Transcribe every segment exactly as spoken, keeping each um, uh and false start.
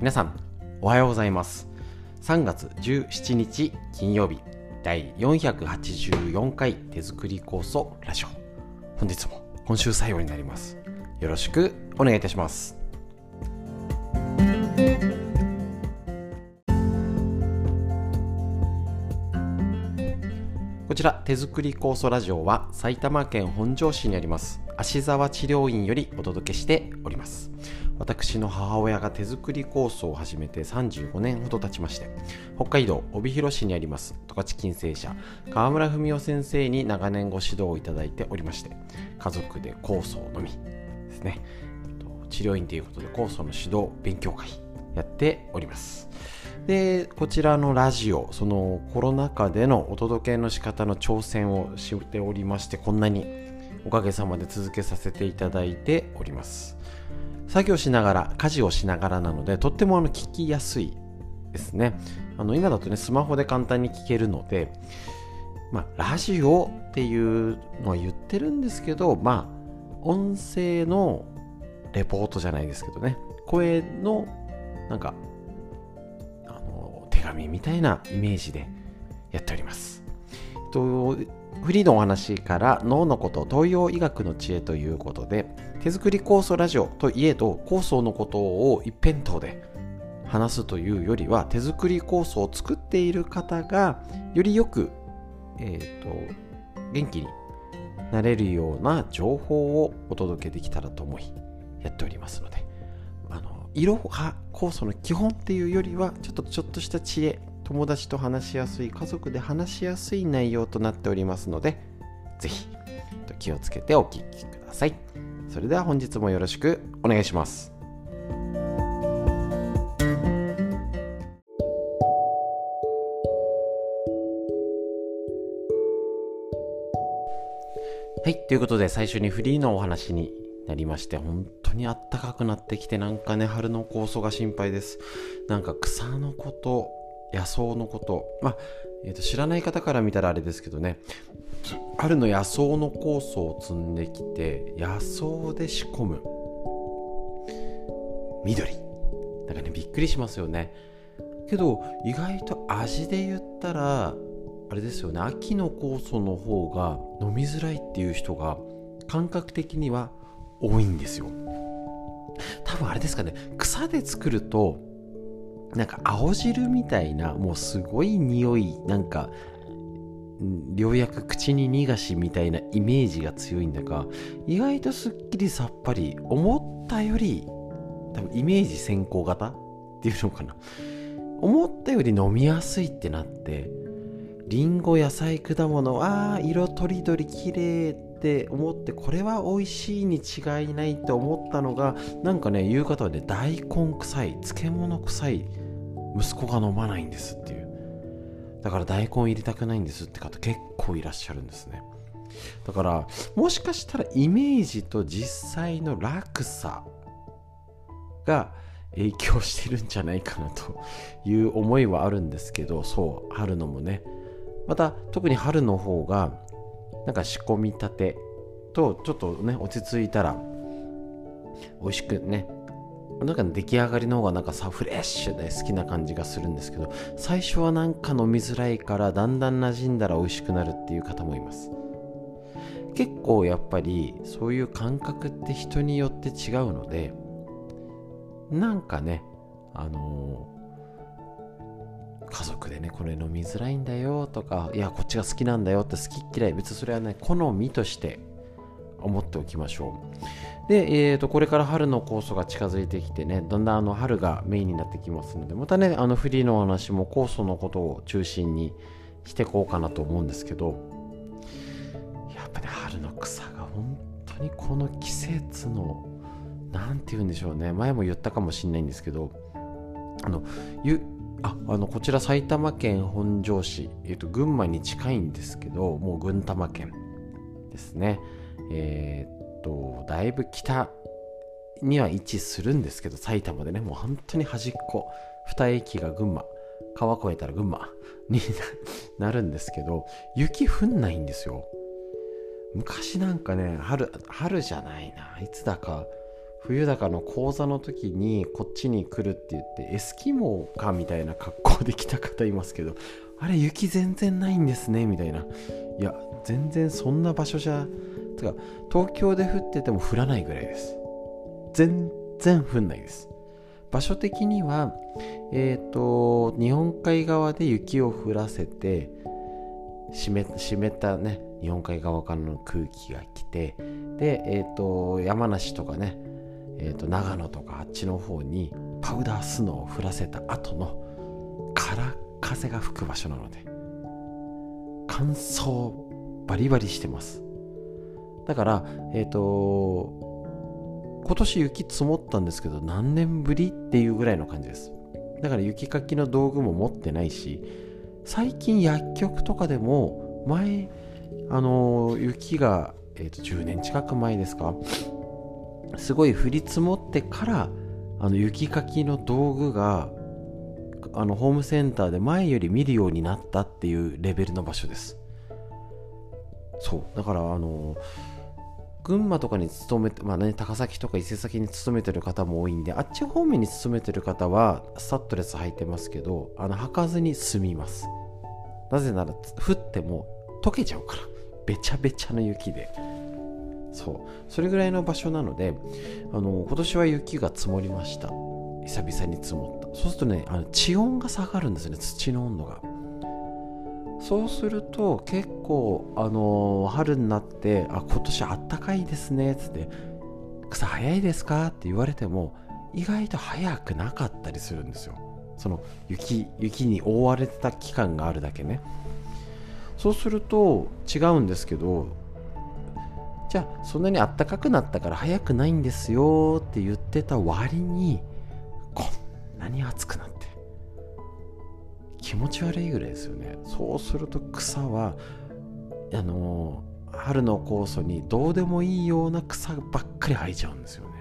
皆さんおはようございます。さんがつじゅうしちにち金曜日、だいよんひゃくはちじゅうよんかい手作り酵素ラジオ、本日も今週最後になります。よろしくお願いいたします。こちら手作り酵素ラジオは埼玉県本庄市にあります芦沢治療院よりお届けしております。私の母親が手作り酵素を始めてさんじゅうごねんほど経ちまして、北海道帯広市にあります十勝金星社川村文夫先生に長年ご指導をいただいておりまして、家族で酵素を飲みですね、治療院ということで酵素の指導勉強会やっております。で、こちらのラジオ、そのコロナ禍でのお届けの仕方の挑戦をしておりまして、こんなにおかげさまで続けさせていただいております。作業しながら、家事をしながらなので、とってもあの聞きやすいですね。あの今だとね、スマホで簡単に聞けるので、まあ、ラジオっていうのは言ってるんですけど、まあ、音声のレポートじゃないですけどね、声のなんかあの手紙みたいなイメージでやっております。とフリーのお話から脳のこと、東洋医学の知恵ということで、手作り酵素ラジオといえど酵素のことを一辺倒で話すというよりは、手作り酵素を作っている方がよりよく、えーと、元気になれるような情報をお届けできたらと思いやっておりますので、あのいろは酵素の基本っていうよりは、ちょっとちょっとした知恵、友達と話しやすい、家族で話しやすい内容となっておりますので、ぜひ気をつけてお聞きください。それでは本日もよろしくお願いします。はい、ということで最初にフリーのお話になりまして、本当に暖かくなってきて、なんかね、春の酵素が心配です。なんか草のこと、野草のこと、まあ、えーと、知らない方から見たらあれですけどね、春の野草の酵素を積んできて、野草で仕込む緑、なんかね、びっくりしますよね。けど意外と味で言ったらあれですよね、秋の酵素の方が飲みづらいっていう人が感覚的には多いんですよ。多分あれですかね、草で作るとなんか青汁みたいな、もうすごい匂い、なんかようやく口に逃がしみたいなイメージが強いんだが、意外とすっきりさっぱり、思ったより多分イメージ先行型っていうのかな、思ったより飲みやすいってなって、リンゴ、野菜、果物、あー色とりどり綺麗って思って、これは美味しいに違いないと思ったのが、なんかね、言う方はね、大根臭い、漬物臭い、息子が飲まないんですっていう、だから大根入れたくないんですって方結構いらっしゃるんですね。だからもしかしたらイメージと実際の落差が影響してるんじゃないかなという思いはあるんですけど、そう、春のもね、また特に春の方がなんか仕込みたてとちょっとね落ち着いたら美味しくね、なんか出来上がりの方がなんかさ、フレッシュで好きな感じがするんですけど、最初はなんか飲みづらいから、だんだん馴染んだら美味しくなるっていう方もいます。結構やっぱりそういう感覚って人によって違うので、なんかね、あのー、家族でね、これ飲みづらいんだよとか、いやこっちが好きなんだよって好き嫌い、別にそれはね、好みとして思っておきましょう。で、えーと、これから春の酵素が近づいてきてね、だんだんあの春がメインになってきますので、またね、あのフリーのお話も酵素のことを中心にしていこうかなと思うんですけど、やっぱり、ね、春の草が本当にこの季節の、なんて言うんでしょうね、前も言ったかもしれないんですけど、あのゆああのこちら埼玉県本庄市、えーと、群馬に近いんですけど、もう群玉県ですね。えーとだいぶ北には位置するんですけど、埼玉でね、もう本当に端っこ、二駅が群馬、川越えたら群馬になるんですけど、雪降んないんですよ。昔なんかね、春春じゃないな、いつだか冬高の講座の時にこっちに来るって言ってエスキモーかみたいな格好で来た方いますけど、あれ雪全然ないんですねみたいな。いや全然そんな場所じゃ、てか東京で降ってても降らないぐらいです。全然降んないです。場所的にはえっと日本海側で雪を降らせて湿ったね日本海側からの空気が来て、でえっと山梨とかね、えっと長野とかあっちの方にパウダースノーを降らせた後の空風が吹く場所なので乾燥バリバリしてます。だからえっと今年雪積もったんですけど何年ぶりっていうぐらいの感じです。だから雪かきの道具も持ってないし、最近薬局とかでも前あの雪が、えーとじゅうねん近く前ですか、すごい降り積もってからあの雪かきの道具があのホームセンターで前より見るようになったっていうレベルの場所です。そうだからあの群馬とかに勤めて、まあね、高崎とか伊勢崎に勤めてる方も多いんで、あっち方面に勤めてる方はスタッドレス履いてますけど、あの履かずに済みます。なぜなら降っても溶けちゃうから、べちゃべちゃの雪で、そうそれぐらいの場所なので、あの今年は雪が積もりました。久々に積もった。そうするとね、あの地温が下がるんですよね、土の温度が。そうすると結構あのー、春になってあ今年あったかいですねつって草早いですかって言われても意外と早くなかったりするんですよ。その雪雪に覆われてた期間があるだけね。そうすると違うんですけど、じゃあそんなにあったかくなったから早くないんですよって言ってた割にこんなに暑くなって気持ち悪いぐらいですよね。そうすると草はあのー、春の酵素にどうでもいいような草ばっかり生えちゃうんですよね。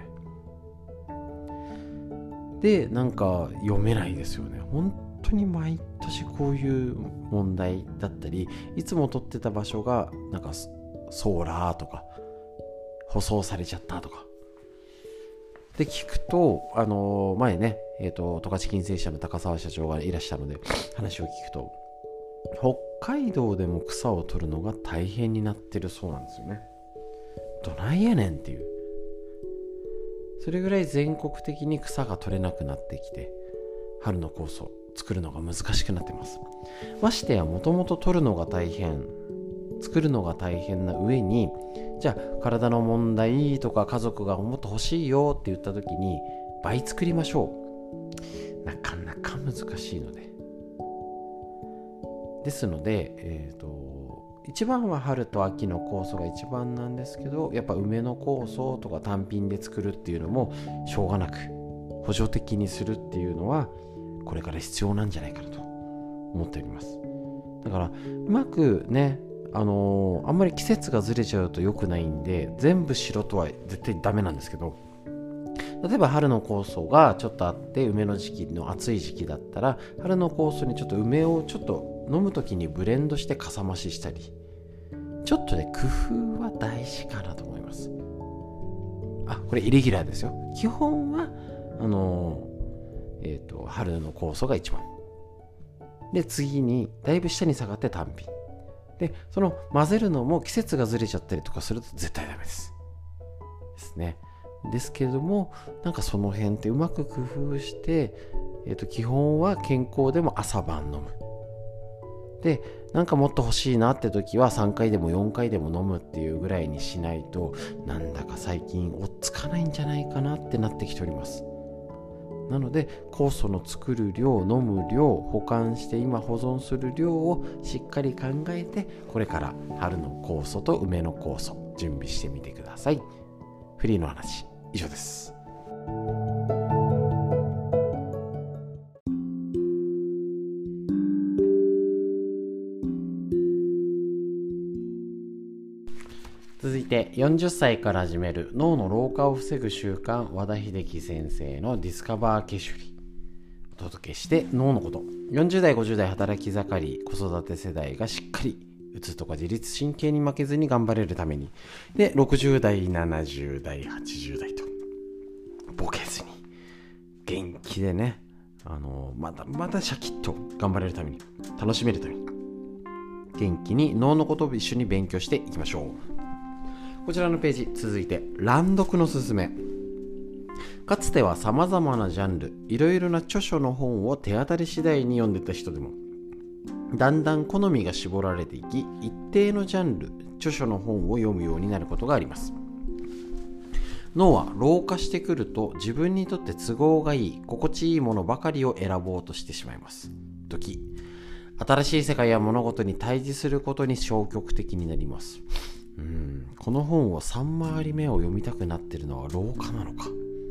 でなんか読めないですよね。本当に毎年こういう問題だったり、いつも撮ってた場所がなんかソーラーとか舗装されちゃったとかで聞くと、あのー、前ねえっと十勝金星社の高沢社長がいらしたので話を聞くと、北海道でも草を取るのが大変になってるそうなんですよね。どないやねんっていう、それぐらい全国的に草が取れなくなってきて春の酵素作るのが難しくなってます。ましてやもともと取るのが大変、作るのが大変な上に、じゃあ体の問題とか家族がもっと欲しいよって言った時に倍作りましょう、なかなか難しいので、ですので、えーと、一番は春と秋の酵素が一番なんですけど、やっぱ梅の酵素とか単品で作るっていうのもしょうがなく補助的にするっていうのはこれから必要なんじゃないかなと思っております。だからうまくね、あのー、あんまり季節がずれちゃうと良くないんで、全部白とは絶対ダメなんですけど、例えば春の酵素がちょっとあって梅の時期の暑い時期だったら春の酵素にちょっと梅をちょっと飲むときにブレンドしてかさ増ししたり、ちょっとね工夫は大事かなと思います。あ、これイレギュラーですよ。基本はあのー、えっと春の酵素が一番で、次にだいぶ下に下がって単品で、その混ぜるのも季節がずれちゃったりとかすると絶対ダメですですね。ですけれども、なんかその辺ってうまく工夫して、えーと、基本は健康でも朝晩飲む。で、なんかもっと欲しいなって時はさんかいでもよんかいでも飲むっていうぐらいにしないと、なんだか最近追っつかないんじゃないかなってなってきております。なので酵素の作る量、飲む量、保管して今保存する量をしっかり考えて、これから春の酵素と梅の酵素準備してみてください。フリーの話以上です。続いてよんじゅっさいから始める脳の老化を防ぐ習慣、和田秀樹先生のディスカバーケシュリお届けして、脳のこと、よんじゅう代ごじゅう代働き盛り子育て世代がしっかりうつとか自律神経に負けずに頑張れるために、でろくじゅう代ななじゅう代はちじゅう代と気でね、あのまだまだシャキッと頑張れるために、楽しめるために元気に脳のことを一緒に勉強していきましょう。こちらのページ続いて乱読のすすめ。かつてはさまざまなジャンル、いろいろな著書の本を手当たり次第に読んでた人でも、だんだん好みが絞られていき、一定のジャンル、著書の本を読むようになることがあります。脳は老化してくると、自分にとって都合がいい、心地いいものばかりを選ぼうとしてしまいます。時、新しい世界や物事に対峙することに消極的になります。うーんこの本をさん回り目を読みたくなっているのは老化なのか、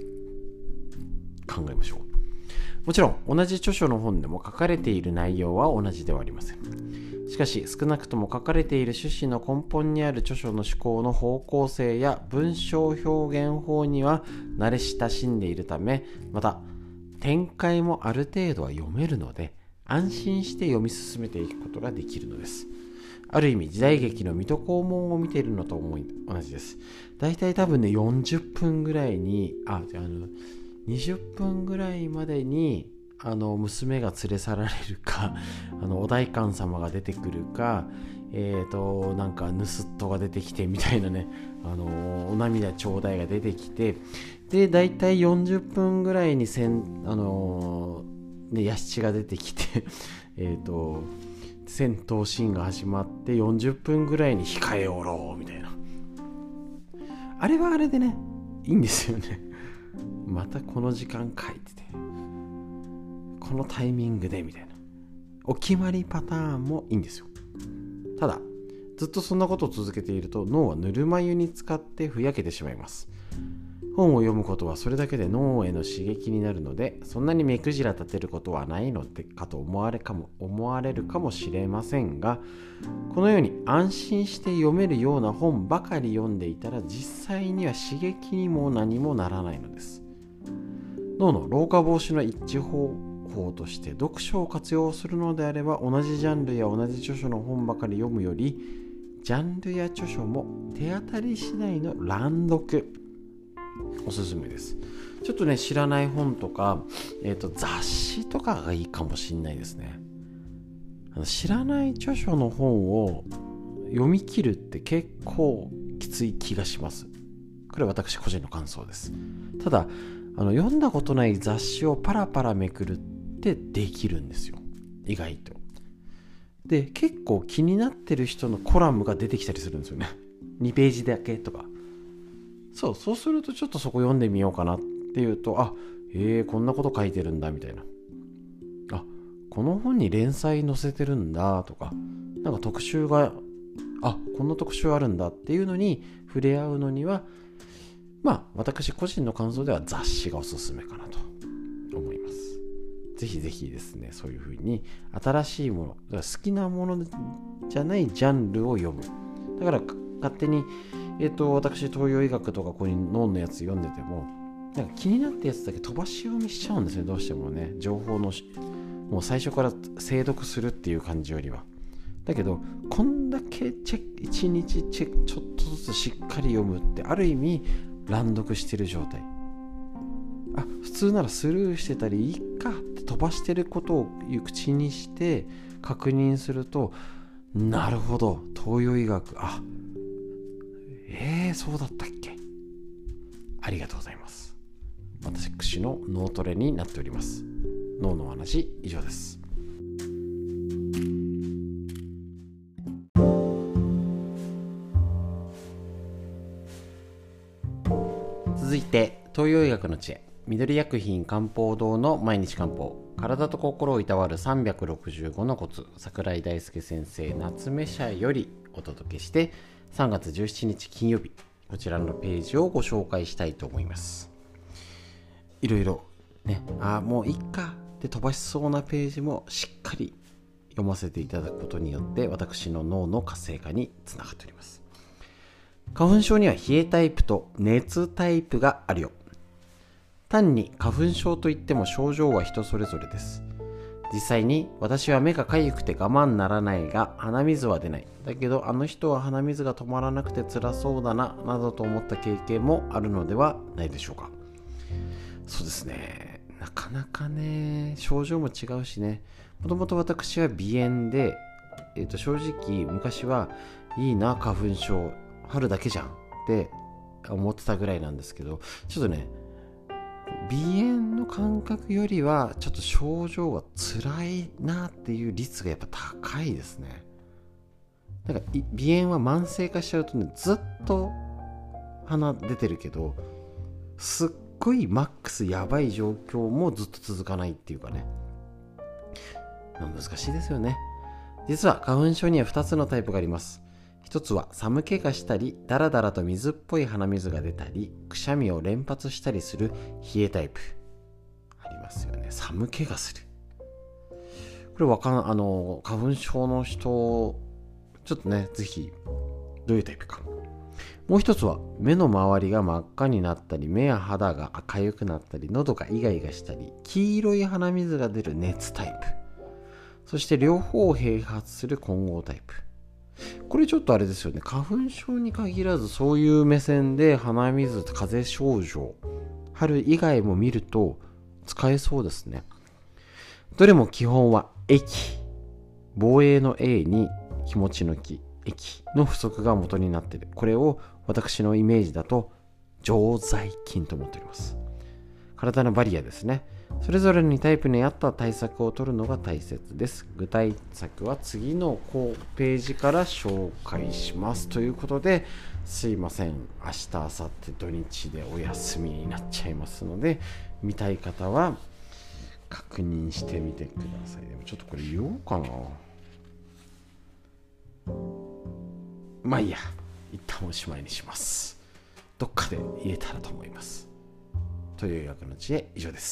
考えましょう。もちろん同じ著書の本でも書かれている内容は同じではありません。しかし少なくとも書かれている趣旨の根本にある著書の思考の方向性や文章表現法には慣れ親しんでいるため、また展開もある程度は読めるので、安心して読み進めていくことができるのです。ある意味時代劇の水戸黄門を見ているのと思い同じです。だいたい多分ねよんじゅっぷんぐらいにああのにじゅっぷんぐらいまでにあの娘が連れ去られるか、あのお代官様が出てくるか、えーとなんか盗人が出てきてみたいなね、あのお涙ちょうだいが出てきて、でだいたいよんじゅっぷんぐらいにせんあのね屋敷が出てきてえーと戦闘シーンが始まってよんじゅっぷんぐらいに控えおろうみたいな、あれはあれでねいいんですよね。またこの時間書いてて、このタイミングでみたいなお決まりパターンもいいんですよ。ただずっとそんなことを続けていると、脳はぬるま湯に浸かってふやけてしまいます。本を読むことはそれだけで脳への刺激になるので、そんなに目くじら立てることはないのでかと思われかも思われるかもしれませんが、このように安心して読めるような本ばかり読んでいたら、実際には刺激にも何もならないのです。脳の老化防止の一致方法として、読書を活用するのであれば、同じジャンルや同じ著書の本ばかり読むより、ジャンルや著書も手当たり次第の乱読おすすめです。ちょっとね知らない本とか、えーと、雑誌とかがいいかもしれないですね。あの知らない著書の本を読み切るって結構きつい気がします。これは私個人の感想です。ただあの読んだことない雑誌をパラパラめくるってできるんですよ、意外と。で結構気になってる人のコラムが出てきたりするんですよね。にページだけとか。そうそうするとちょっとそこ読んでみようかなっていうと、あえー、こんなこと書いてるんだみたいな、あこの本に連載載せてるんだとか、なんか特集があこんな特集あるんだっていうのに触れ合うのには、まあ私個人の感想では雑誌がおすすめかなと思います。ぜひぜひですね、そういう風に新しいもの、だから好きなものじゃないジャンルを読む。だから勝手にえっと私東洋医学とかここに脳のやつ読んでても、なんか気になったやつだけ飛ばし読みしちゃうんですね、どうしてもね。情報のもう最初から精読するっていう感じよりは。だけどこんだけチェ一日チェちょっとずつしっかり読むって、ある意味乱読してる状態。あ普通ならスルーしてたりいいかって飛ばしてることを口にして確認すると、なるほど東洋医学、あえー、そうだったっけ。ありがとうございます。私の脳トレになっております。脳の話以上です。続いて東洋医学の知恵、緑薬品漢方堂の毎日漢方、体と心をいたわるさんびゃくろくじゅうごのコツ、櫻井大輔先生夏目社よりお届けして、さんがつじゅうしちにち金曜日、こちらのページをご紹介したいと思います。いろいろね、あもういっかって飛ばしそうなページもしっかり読ませていただくことによって、私の脳の活性化につながっております。花粉症には冷えタイプと熱タイプがあるよ。単に花粉症といっても症状は人それぞれです。実際に私は目がかゆくて我慢ならないが鼻水は出ない。だけどあの人は鼻水が止まらなくて辛そうだな、などと思った経験もあるのではないでしょうか。そうですね。 なかなかね症状も違うしね。もともと私は鼻炎で、えー、と正直昔はいいな花粉症春だけじゃんって思ってたぐらいなんですけど、ちょっとね鼻炎の感覚よりはちょっと症状が辛いなっていう率がやっぱ高いですね。なんか鼻炎は慢性化しちゃうとね、ずっと鼻出てるけどすっごいマックスやばい状況もずっと続かないっていうかね、難しいですよね。実は花粉症にはふたつのタイプがあります。一つは寒気がしたりダラダラと水っぽい鼻水が出たりくしゃみを連発したりする冷えタイプありますよね。寒気がする、これわかんあの花粉症の人ちょっとねぜひどういうタイプか。もう一つは目の周りが真っ赤になったり目や肌が赤ゆくなったり喉がイガイガしたり黄色い鼻水が出る熱タイプ、そして両方を併発する混合タイプ。これちょっとあれですよね、花粉症に限らずそういう目線で鼻水風邪症状春以外も見ると使えそうですね。どれも基本は液、防衛の A に気持ちの気、液の不足が元になっている。これを私のイメージだと常在菌と思っております。体のバリアですね。それぞれにタイプに合った対策を取るのが大切です。具体策は次のページから紹介しますということで、すいません、明日明後日土日でお休みになっちゃいますので、見たい方は確認してみてください。でもちょっとこれ言おうかな。まあいいや、一旦おしまいにします。どっかで言えたらと思います。という役の知恵以上です。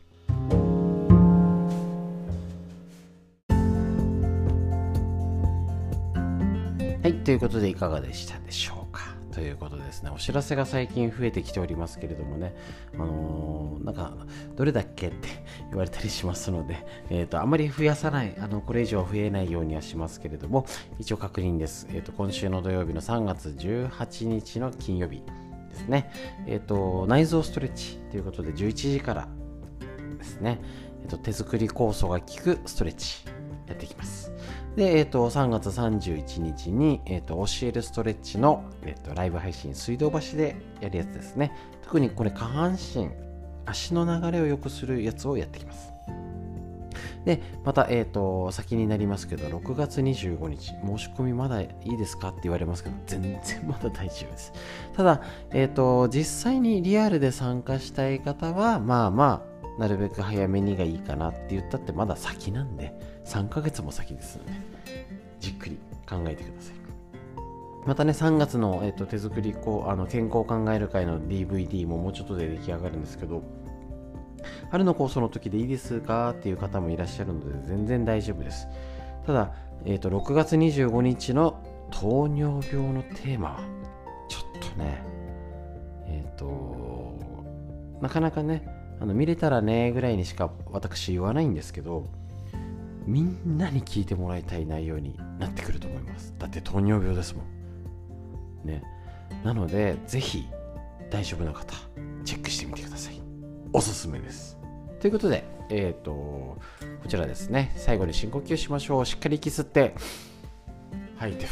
はい、ということでいかがでしたでしょうか。ということでですね、お知らせが最近増えてきておりますけれどもね、あのー、なんかどれだっけって言われたりしますので、えーと、あまり増やさない、あのこれ以上増えないようにはしますけれども、一応確認です。えーと、今週の土曜日のさんがつじゅうはちにちの金曜日ですね、えーと、内臓ストレッチということでじゅういちじからですね、えーと、手作り酵素が効くストレッチやっていきます。で、えー、とさんがつさんじゅういちにちに、えー、と教えるストレッチの、えー、とライブ配信、水道橋でやるやつですね。特にこれ下半身、足の流れを良くするやつをやってきます。でまた、えー、と先になりますけどろくがつにじゅうごにち申し込みまだいいですかって言われますけど、全然まだ大丈夫です。ただ、えー、と実際にリアルで参加したい方はまあまあなるべく早めにがいいかなって言ったってまだ先なんで、さんかげつも先ですのでじっくり考えてください。またね、さんがつの、えー、と手作りこうあの健康を考える会の ディーブイディー ももうちょっとで出来上がるんですけど、春の酵素の時でいいですかっていう方もいらっしゃるので全然大丈夫です。ただ、えー、とろくがつにじゅうごにちの糖尿病のテーマはちょっとね、えっ、ー、となかなかね、あの見れたらねぐらいにしか私言わないんですけど、みんなに聞いてもらいたい内容になってくると思います。だって糖尿病ですもんね。なのでぜひ大丈夫な方チェックしてみてください。おすすめです。ということで、えっ、ー、とこちらですね、最後に深呼吸しましょう。しっかり息吸って吐いて、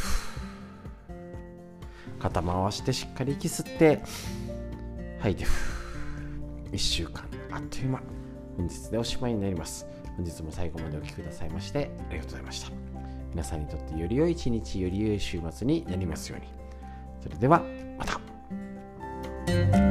肩回してしっかり息吸って吐いて、いっしゅうかんあっという間、本日でおしまいになります。本日も最後までお聞きくださいましてありがとうございました。皆さんにとってより良い一日、より良い週末になりますように。それではまた。